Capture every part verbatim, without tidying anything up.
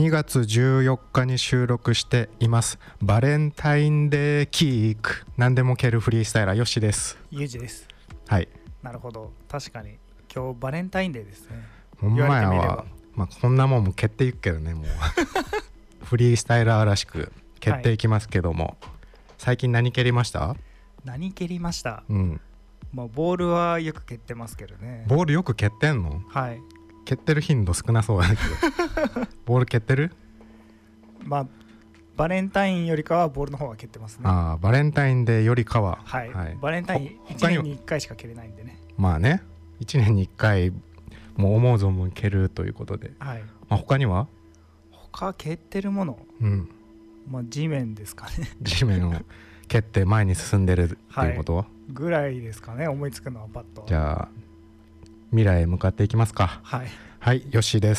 にがつじゅうよっかに収録していますバレンタインデーキーク、何でも蹴るフリースタイラーよしです。 ゆうじです。 はい。 なるほど、確かに今日バレンタインデーですね。 ほんまやわ。まあこんなもんも蹴っていくけどね、もうフリースタイラーらしく蹴っていきますけども、はい、最近何蹴りました？ 何蹴りました、 うんまあ、ボールはよく蹴ってますけどね。 ボールよく蹴ってんの？ はい。 蹴ってる頻度少なそうだけどボール蹴ってる？ まあバレンタインよりかはボールの方が蹴ってますね。 ああ、バレンタインデーよりかは、 はい、はい、バレンタインいちねんにいっかいしか蹴れないんでね。 まあね、いちねんにいっかいもう思う存分蹴るということで、 はい。 まあ、他には他蹴ってるもの、 うん、まあ地面ですかね地面を蹴って前に進んでるっていうこと、はい、 ぐらいですかね、思いつくのはパッと。 じゃあ未来へ向かっていきますか。 はい、 はい、よしです。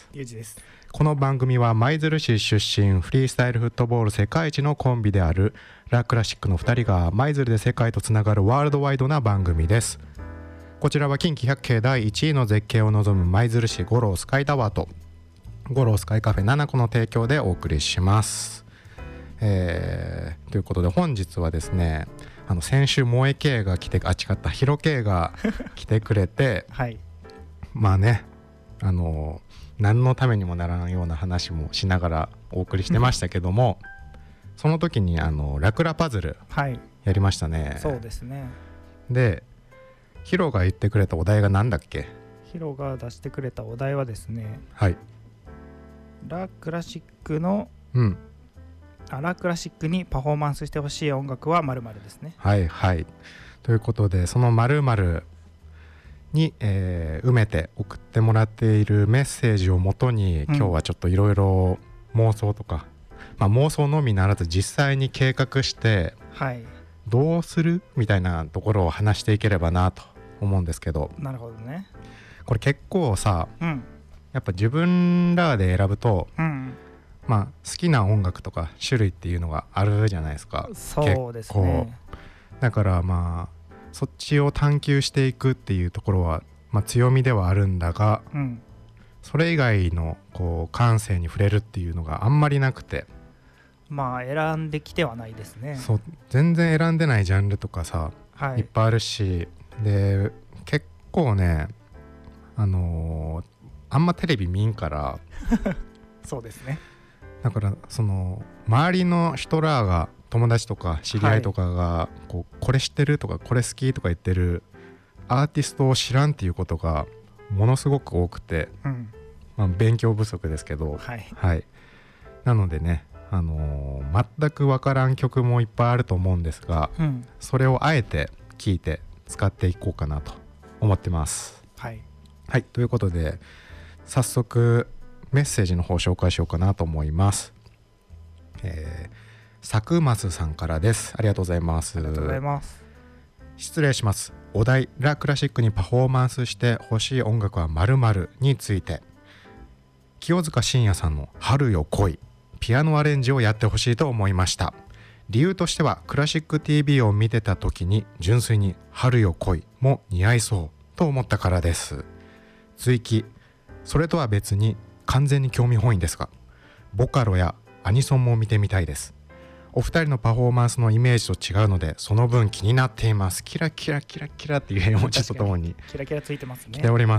ゆうじです。 この番組は舞鶴市出身フリースタイルフットボール世界一のコンビであるラ・クラシックのふたりが舞鶴で世界とつながるワールドワイドな番組です。こちらは近畿百景だいいちいの絶景を望む舞鶴市五郎スカイタワーと五郎スカイカフェななこの提供でお送りします。えー、ということで本日はですね、あの先週萌え系が来て、あ違ったヒロ系が来てくれてはい、 まあね、あの何のためにもならんような話もしながらお送りしてましたけどもその時にあのラクラパズルやりましたね、 はい、そうですね。 でヒロが言ってくれたお題が何だっけ？ ヒロが出してくれたお題はですね、 はい、 ラ・クラシックの、 うん、 あラ・クラシックにパフォーマンスしてほしい音楽は〇〇ですね。 はいはい。ということでその〇〇に、えー、埋めて送ってもらっているメッセージをもとに、うん、今日はちょっといろいろ妄想とか、まあ、妄想のみならず実際に計画してどうするみたいなところを話していければなと思うんですけど。 なるほどね。 これ結構さ、うん、やっぱ自分らで選ぶと、うん、まあ好きな音楽とか種類っていうのがあるじゃないですか。 そうですね。 だからまあそっちを探求していくっていうところは、まあ、強みではあるんだが、うん、それ以外のこう感性に触れるっていうのがあんまりなくて、 まあ選んできてはないですね。 そう、全然選んでないジャンルとかさ、はい、いっぱいあるし、で結構ね、あのー、あんまテレビ見んからそうですね。 だからその周りの人らが友達とか知り合いとかがこうこれ知ってるとかこれ好きとか言ってるアーティストを知らんっていうことがものすごく多くて、うんまあ、勉強不足ですけど、 はいはい、なのでね、あのー、全く分からん曲もいっぱいあると思うんですが、うん、それをあえて聞いて使っていこうかなと思ってます。 はい、 はい、ということで早速メッセージの方紹介しようかなと思います。えーサクマスさんからです。ありがとうございます。 ありがとうございます。 失礼します。お題ラ・クラシックにパフォーマンスしてほしい音楽は〇〇について、清塚信也さんの春よ来いピアノアレンジをやってほしいと思いました。理由としてはクラシック ティーブイ を見てた時に純粋に春よ来いも似合いそうと思ったからです。追記、それとは別に完全に興味本位ですがボカロやアニソンも見てみたいです。お二人のパフォーマンスのイメージと違うのでその分気になっています。キラキラキラキラっていう絵文字とともにキラキラついてますね。 来ております。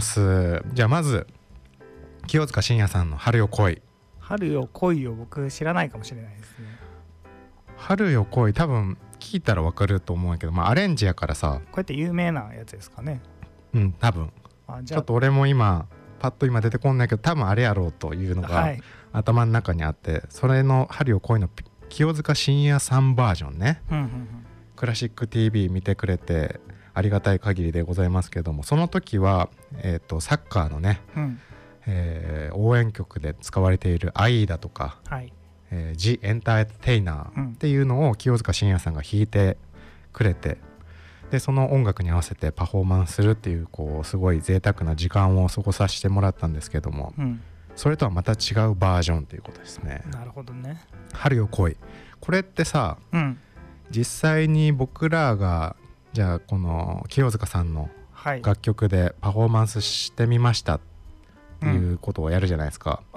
じゃあまず清塚信也さんの春よ来い。 春よ来いを僕知らないかもしれないですね。 春よ来い多分聞いたら分かると思うんやけど、まあアレンジやからさ、 こうやって有名なやつですかね。 うん多分あじゃあちょっと俺も今パッと今出てこんないけど多分あれやろうというのが、はい、頭の中にあって、それの春よ来いの清塚信也さんバージョンね、うんうんうん、クラシック ティーブイ 見てくれてありがたい限りでございますけども、その時は、えーと、サッカーのね、うんえー、応援曲で使われているアイーダとか、はいえー、ジ・エンターテイナーっていうのを清塚信也さんが弾いてくれて、でその音楽に合わせてパフォーマンスするっていう、こうすごい贅沢な時間を過ごさせてもらったんですけども、うんそれとはまた違うバージョンということですね。 なるほどね。 春よ来い、これってさ、うん、実際に僕らがじゃあこの清塚さんの楽曲でパフォーマンスしてみましたっていうことをやるじゃないですか、 はい、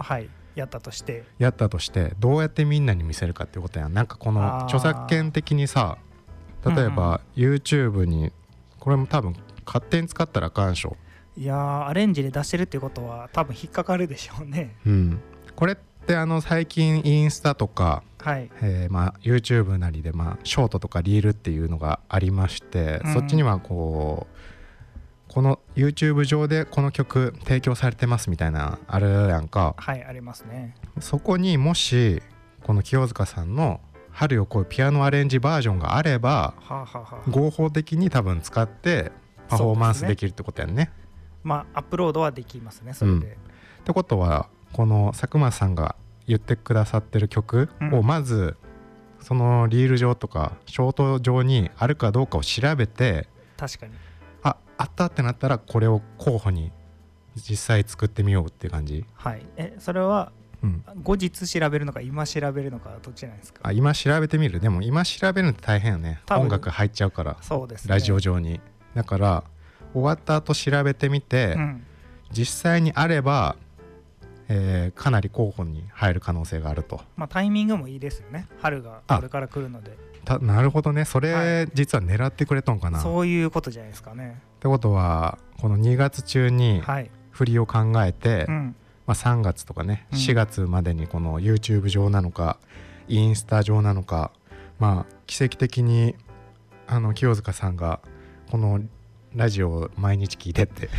やったとしてやったとしてどうやってみんなに見せるかっていうことやん。なんかこの著作権的にさ、例えば YouTube にこれも多分勝手に使ったらあかんでしょ。 いやーアレンジで出してるってことは多分引っかかるでしょうね。 うん、これってあの最近インスタとか、 はいえー、まあ YouTube なりでまあショートとかリールっていうのがありまして、うん、そっちにはこうこの YouTube 上でこの曲提供されてますみたいなあるやんか。 はいありますね。 そこにもしこの清塚さんの春よ来いピアノアレンジバージョンがあれば、はあはあはあ、合法的に多分使ってパフォーマンスできるってことやん ね, ねまあアップロードはできますねそれで、うん、 ってことはこの佐久間さんが言ってくださってる曲をまずそのリール上とかショート上にあるかどうかを調べて、 確かにああったってなったらこれを候補に実際作ってみようっていう感じ。 はい。えそれは後日調べるのか今調べるのかどっちなんですか。 あ今調べてみる。でも今調べるのって大変よね。音楽入っちゃうから。 そうですね、 ラジオ上に。だから終わった後調べてみて、うん、実際にあれば、えー、かなり候補に入る可能性があると。 まあタイミングもいいですよね。春がこれから来るので。 なるほどね。それ、はい、実は狙ってくれとんかな。 そういうことじゃないですかね。 ってことはこのにがつ中に振りを考えて、はいうんまあ、さんがつとかね、うん、しがつまでにこの YouTube 上なのかインスタ上なのか、まあ奇跡的にあの清塚さんがこのラジオを毎日聞いてって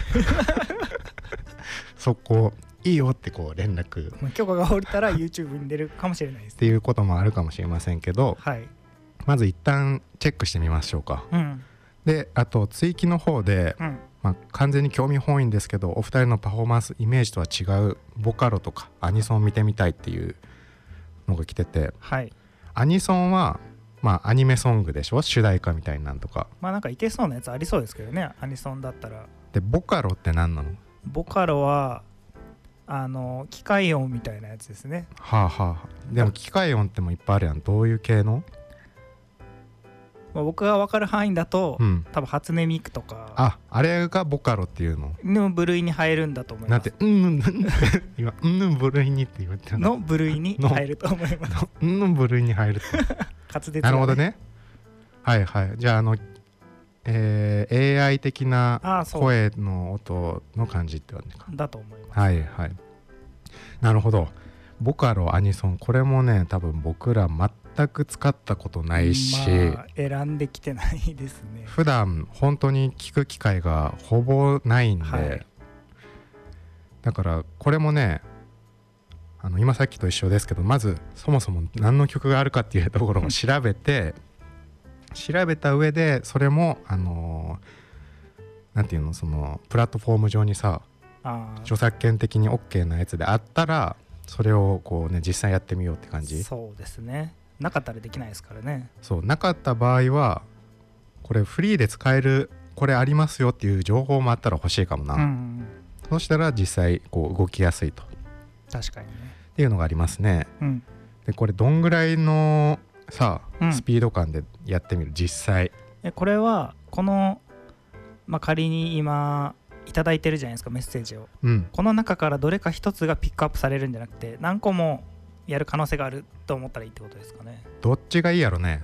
そこいいよってこう連絡許可が下りたら YouTube に出るかもしれないです、ね、 っていうこともあるかもしれませんけど、 はい、 まず一旦チェックしてみましょうか、うん、であと追記の方で、うんまあ、完全に興味本位ですけどお二人のパフォーマンスイメージとは違うボカロとかアニソンを見てみたいっていうのが来てて、 はい、 アニソンはまあアニメソングでしょ主題歌みたいなんとかまあなんかいけそうなやつありそうですけどねアニソンだったら。 でボカロって何なの。 ボカロはあの機械音みたいなやつですね。 はあはあ。でも機械音ってもいっぱいあるやん。どういう系の。 まあ、僕が分かる範囲だと、うん、多分初音ミクとかああれがボカロっていうのの部類に入るんだと思います。 なんてうんうん今うんうん部類にって言ってるの部類に入ると思いますうんうん部類に入ると滑舌、ね、 なるほどね。はいはいじゃああの、えー、エーアイ 的な声の音の感じって感じかだと思います。 はいはいなるほど。ボカロアニソンこれもね多分僕ら全く使ったことないし、 まあ、選んできてないですね。 普段本当に聞く機会がほぼないんで、はい、だからこれもねあの今さっきと一緒ですけどまずそもそも何の曲があるかっていうところを調べて調べた上でそれもあのー、なんていうのそのプラットフォーム上にさ著作権的に OK なやつであったらそれをこうね実際やってみようって感じ。 そうですね。なかったらできないですからね。 そうなかった場合はこれフリーで使えるこれありますよっていう情報もあったら欲しいかもな、うんうん、そうしたら実際こう動きやすいと。 確かにねっていうのがありますね、 うん、 でこれどんぐらいのさ、うん、スピード感でやってみる実際。 えこれはこの、まあ、仮に今いただいてるじゃないですかメッセージを、うん、この中からどれか一つがピックアップされるんじゃなくて何個もやる可能性があると思ったらいいってことですかね。 どっちがいいやろね。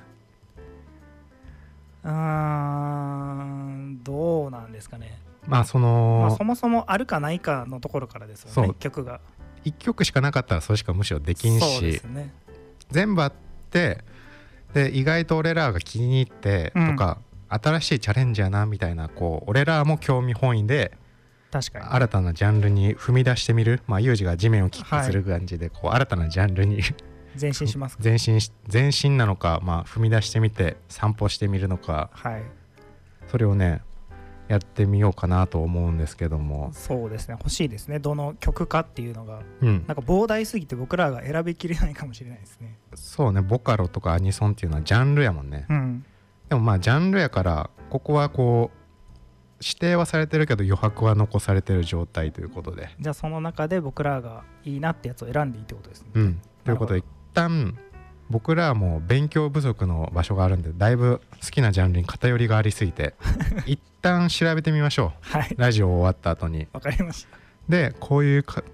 うーんどうなんですかね。 まあその、 まあ、そもそもあるかないかのところからですよね。いっきょくがいっきょくしかなかったらそれしかむしろできんし、 そうですね、 全部あってで意外と俺らが気に入ってとか、うん、新しいチャレンジやなみたいなこう俺らも興味本位で確かに新たなジャンルに踏み出してみる、まあユージが地面をキックする感じでこう新たなジャンルに前進しますか。 前進し前進なのか、まあ踏み出してみて散歩してみるのか、 はい、 それをねやってみようかなと思うんですけども。 そうですね欲しいですねどの曲かっていうのが、うん、なんか膨大すぎて僕らが選びきれないかもしれないですね。 そうねボカロとかアニソンっていうのはジャンルやもんね、 うん、 でもまあジャンルやからここはこう指定はされてるけど余白は残されてる状態ということで、 じゃあその中で僕らがいいなってやつを選んでいいってことですね。 うんということで一旦僕らはもう勉強不足の場所があるんでだいぶ好きなジャンルに偏りがありすぎて一旦調べてみましょう、 はい、 ラジオ終わった後に。 わかりました。 でこういうか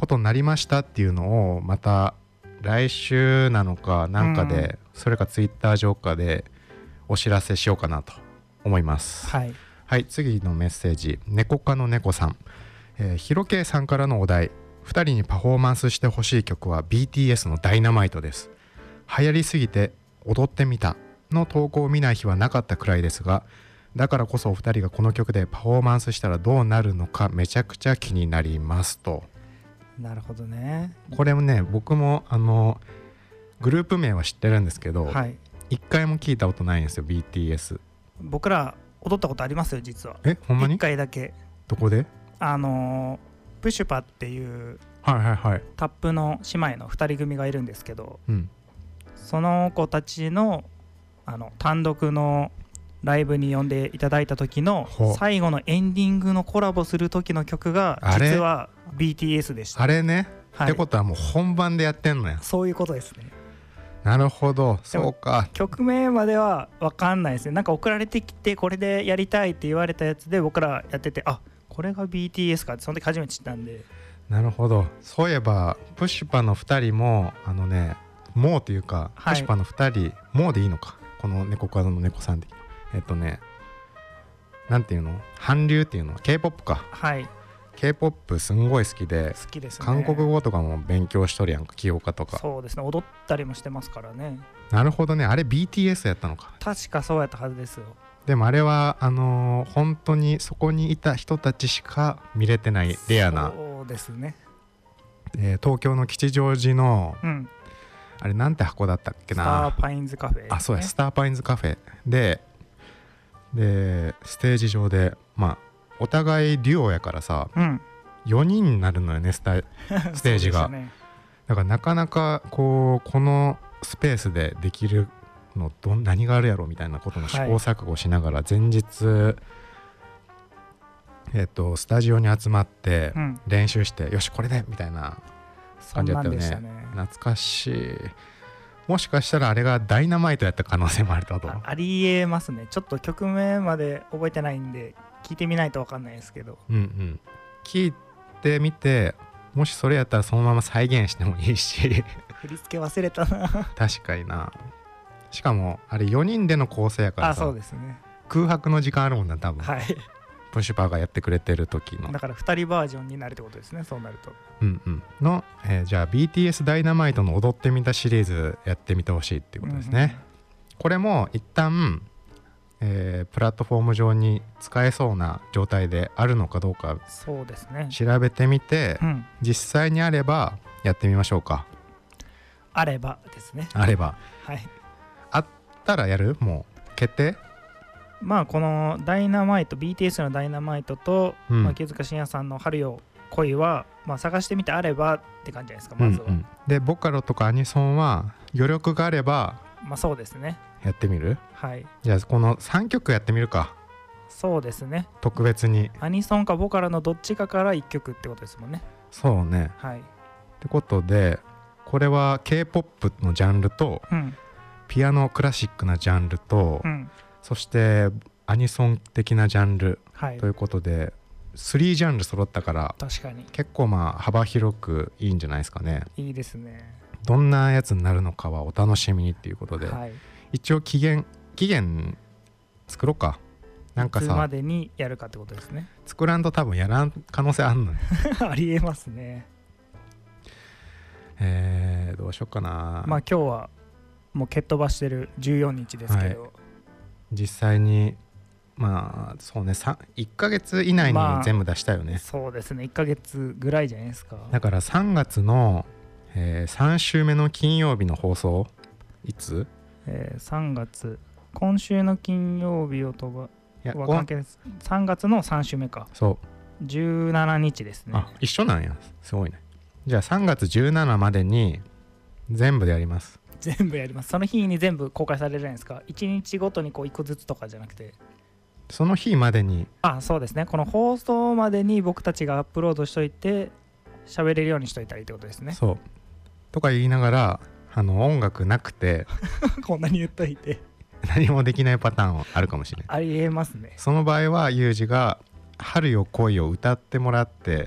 ことになりましたっていうのをまた来週なのかなんかで、うん、それかツイッター上かでお知らせしようかなと思います。 はい、 はい、次のメッセージ、猫科の猫さん、えー、ひろけいさんからのお題、ふたりにパフォーマンスしてほしい曲は ビーティーエス のダイナマイトです。流行りすぎて踊ってみたの投稿を見ない日はなかったくらいですが、だからこそお二人がこの曲でパフォーマンスしたらどうなるのかめちゃくちゃ気になりますと。 なるほどね。 これもね、僕もあのグループ名は知ってるんですけど、はい、一回も聞いたことないんですよ ビーティーエス。 僕ら踊ったことありますよ実は。 え、ほんまに？ 一回だけ。 どこで？ あのプッシュパっていうはいはいはい、 タップの姉妹のふたり組がいるんですけど、 うん、 その子たちの、あの単独のライブに呼んでいただいた時の最後のエンディングのコラボする時の曲が実は ビーティーエス でした。 あれね、 はい、 ってことはもう本番でやってんのや。 そういうことですね。 なるほど、そうか。 曲名までは分かんないですね。なんか送られてきてこれでやりたいって言われたやつで僕らやってて、あ、これが ビーティーエス かってその時初めて知ったんで。 なるほど。そういえばプッシュパのふたりもあのね、もうというか、はい、プッシュパのふたりもうでいいのか、この猫科の猫さんでえっとねなんていうの、韓流っていうの K-ポップ か。 はい、 K-ポップ すんごい好きで、 好きですね。 韓国語とかも勉強しとるやんか、起業家とか。 そうですね、踊ったりもしてますからね。 なるほどね、あれ ビーティーエス やったのか。 確かそうやったはずですよ。 でもあれはあのー、本当にそこにいた人たちしか見れてないレアな。 そうですね、 えー、東京の吉祥寺の、 うん、 あれなんて箱だったっけな。 スターパインズカフェ、ね、 あ、そうや、スターパインズカフェででステージ上で、まあお互いデュオやからさ、 うん、 よにんになるのよね、スタステージが、ね、だからなかなかこうこのスペースでできるのど何があるやろみたいなことの試行錯誤しながら前日、はい、えー、とスタジオに集まって練習して、うん、よしこれでみたいな感じだったよ ね, ね懐かしい。もしかしたらあれがダイナマイトやった可能性もあると。 あ, ありえますね。ちょっと曲名まで覚えてないんで聞いてみないと分かんないですけど、 うんうん、聞いてみて、もしそれやったらそのまま再現してもいいし振り付け忘れたな確かにな。しかもあれよにんでの構成やからさ、 あ、そうですね、 空白の時間あるもんな多分、 はい、 プッシュパーがやってくれてる時の。 だからふたりバージョンになるってことですね、そうなると。 うんうんの、えー、じゃあ ビーティーエス ダイナマイトの踊ってみたシリーズやってみてほしいっていうことですね、うんうん、これも一旦、えー、プラットフォーム上に使えそうな状態であるのかどうか、 そうですね、 調べてみて、うん、実際にあればやってみましょうか。 あればですね。 あれば、 はい、 あったらやる？もう決定？ まあこのダイナマイト ビーティーエス のダイナマイトと、うんまあ、清塚信也さんの春よ恋は、まあ、探してみてあればって感じじゃないですか、まずは、うんうん、 でボカロとかアニソンは余力があれば、 まあそうですね、 やってみる？ はい、 じゃあこのさんきょくやってみるか。 そうですね、 特別にアニソンかボカロのどっちかからいっきょくってことですもんね。 そうね、 はい、 ってことでこれは K-ポップ のジャンルと、うん、ピアノクラシックなジャンルと、うん、そしてアニソン的なジャンル、はい、ということでさんジャンル揃ったから、 確かに結構まあ幅広くいいんじゃないですかね。 いいですね。 どんなやつになるのかはお楽しみにっていうことで、 はい、 一応期限期限作ろうか。なんかさ、いつまでにやるかってことですね。 作らんと多分やらん可能性あんのよありえますね。 えー、どうしようかな。 まあ今日はもう蹴っ飛ばしてるじゅうよっかですけど、はい、 実際にまあそうね、いっかげつ以内に全部出したよね、まあ、 そうですね、いっかげつぐらいじゃないですか。 だからさんがつの、えー、さん週目の金曜日の放送いつ、 えー、さんがつ今週の金曜日を飛ばいや関係です。さんがつのさん週目か。 そうじゅうしちにちですね。 あ、一緒なんや、すごいね。じゃあさんがつじゅうしちまでに全部でやります。 全部やります。その日に全部公開されるじゃないですか。いちにちごとにこういっこずつとかじゃなくて、 その日までに。 あ、そうですね、この放送までに僕たちがアップロードしといて喋れるようにしといたりってことですね。 そうとか言いながら、あの音楽なくてこんなに言っといて何もできないパターンはあるかもしれない。 ありえますね。 その場合はユージが春よ恋を歌ってもらって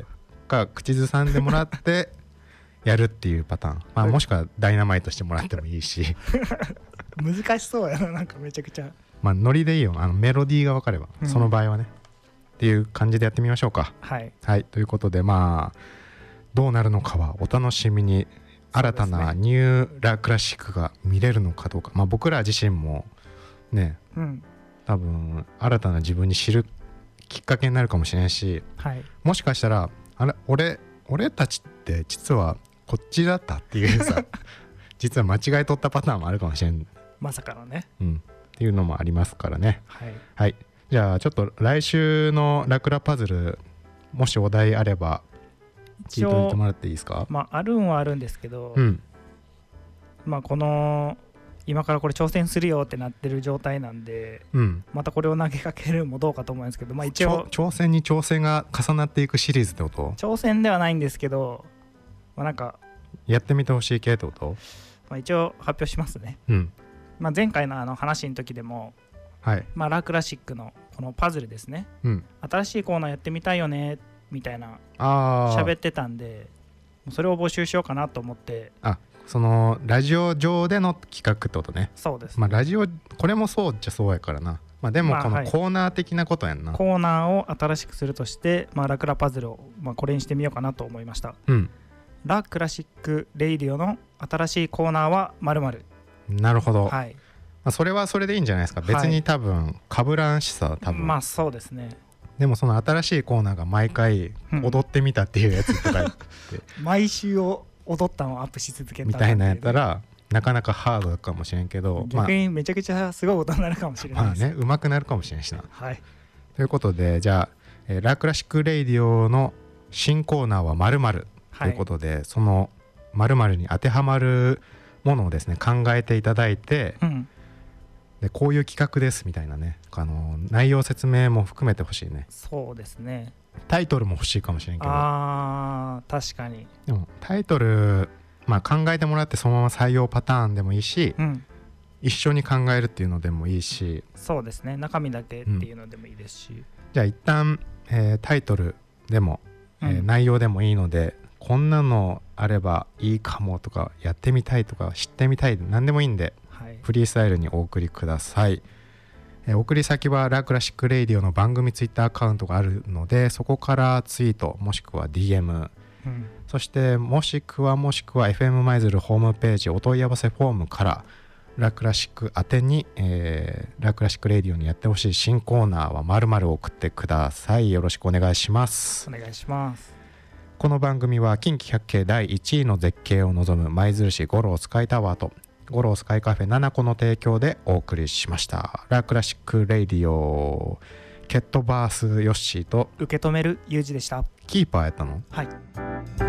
か口ずさんでもらってやるっていうパターン、まあ、もしくはダイナマイトしてもらってもいいし難しそうやな、なんかめちゃくちゃ。 まあノリでいいよ、あのメロディーが分かれば、うん、その場合はねっていう感じでやってみましょうか。 はい、 はい、ということでまあどうなるのかはお楽しみに。新たなニューラクラシックが見れるのかどうか、まあ、僕ら自身もね、うん、多分新たな自分に知るきっかけになるかもしれないし、 はい、 もしかしたらあれ 俺, 俺たちって実はこっちだったっていうさ実は間違い取ったパターンもあるかもしれん、 まさかのね、 うん、っていうのもありますからね。 はい、 はい、じゃあちょっと来週のラクラパズルもしお題あれば聞いておいてもらっていいですか。 まああるんはあるんですけど、 うん、 まあこの今からこれ挑戦するよってなってる状態なんで、 うん、 またこれを投げかけるもどうかと思うんですけど、まあ一応挑戦に挑戦が重なっていくシリーズってこと？ 挑戦ではないんですけど、まあなんかやってみてほしい系ってこと？ まあ一応発表しますね。 うん、 まあ前回のあの話の時でも、 はい、 まあラクラシックのこのパズルですね、 うん、 新しいコーナーやってみたいよねみたいなあ喋ってたんで、それを募集しようかなと思って。 あ、そのラジオ上での企画ってことね。 そうです、ね、 まあラジオこれもそうっちゃそうやからな。まあでもこのコーナー的なことやんな、 まあはい、コーナーを新しくするとして、まあ、ラクラパズルを、まあ、これにしてみようかなと思いました。 うん、 ラクラシックレイディオの新しいコーナーは〇〇。 なるほど、 はい、 まあ、それはそれでいいんじゃないですか。別に多分かぶらんしさ、多分まあそうですね。 でもその新しいコーナーが毎回踊ってみたっていうやつとか言って、 うん、毎週を踊ったのをアップし続けたみたいなやったらなかなかハードかもしれんけど、 逆にめちゃくちゃすごいことになるかもしれないです。 まあね、上手くなるかもしれんしな。 はい、 ということでじゃあ、えー、ラクラシックレイディオの新コーナーは〇〇ということで、はい、その〇〇に当てはまるものをですね考えていただいて、うん、でこういう企画ですみたいなね、あの内容説明も含めてほしいね。 そうですね。 タイトルも欲しいかもしれんけど。 あー確かに。 でもタイトル、まあ、考えてもらってそのまま採用パターンでもいいし、うん、一緒に考えるっていうのでもいいし。 そうですね、中身だけっていうのでもいいですし、うん、 じゃあ一旦、えー、タイトルでも、えーうん、内容でもいいので、こんなのあればいいかもとかやってみたいとか知ってみたい何でもいいんで、はい、フリースタイルにお送りください。えー、送り先はラクラシックレイディオの番組ツイッターアカウントがあるので、そこからツイートもしくは ディーエム、うん、そしてもしくはもしくは エフエム マイズルホームページお問い合わせフォームからラクラシック宛てに、えー、ラクラシックレイディオにやってほしい新コーナーは〇〇を送ってください。よろしくお願いします。 お願いします。 この番組は近畿百景だいいちいの絶景を望む舞鶴市五郎スカイタワーと五郎スカイカフェななこの提供でお送りしました。ラクラシックレイディオケットバースヨッシーと受け止めるユージでした。 キーパーやったの？ はい。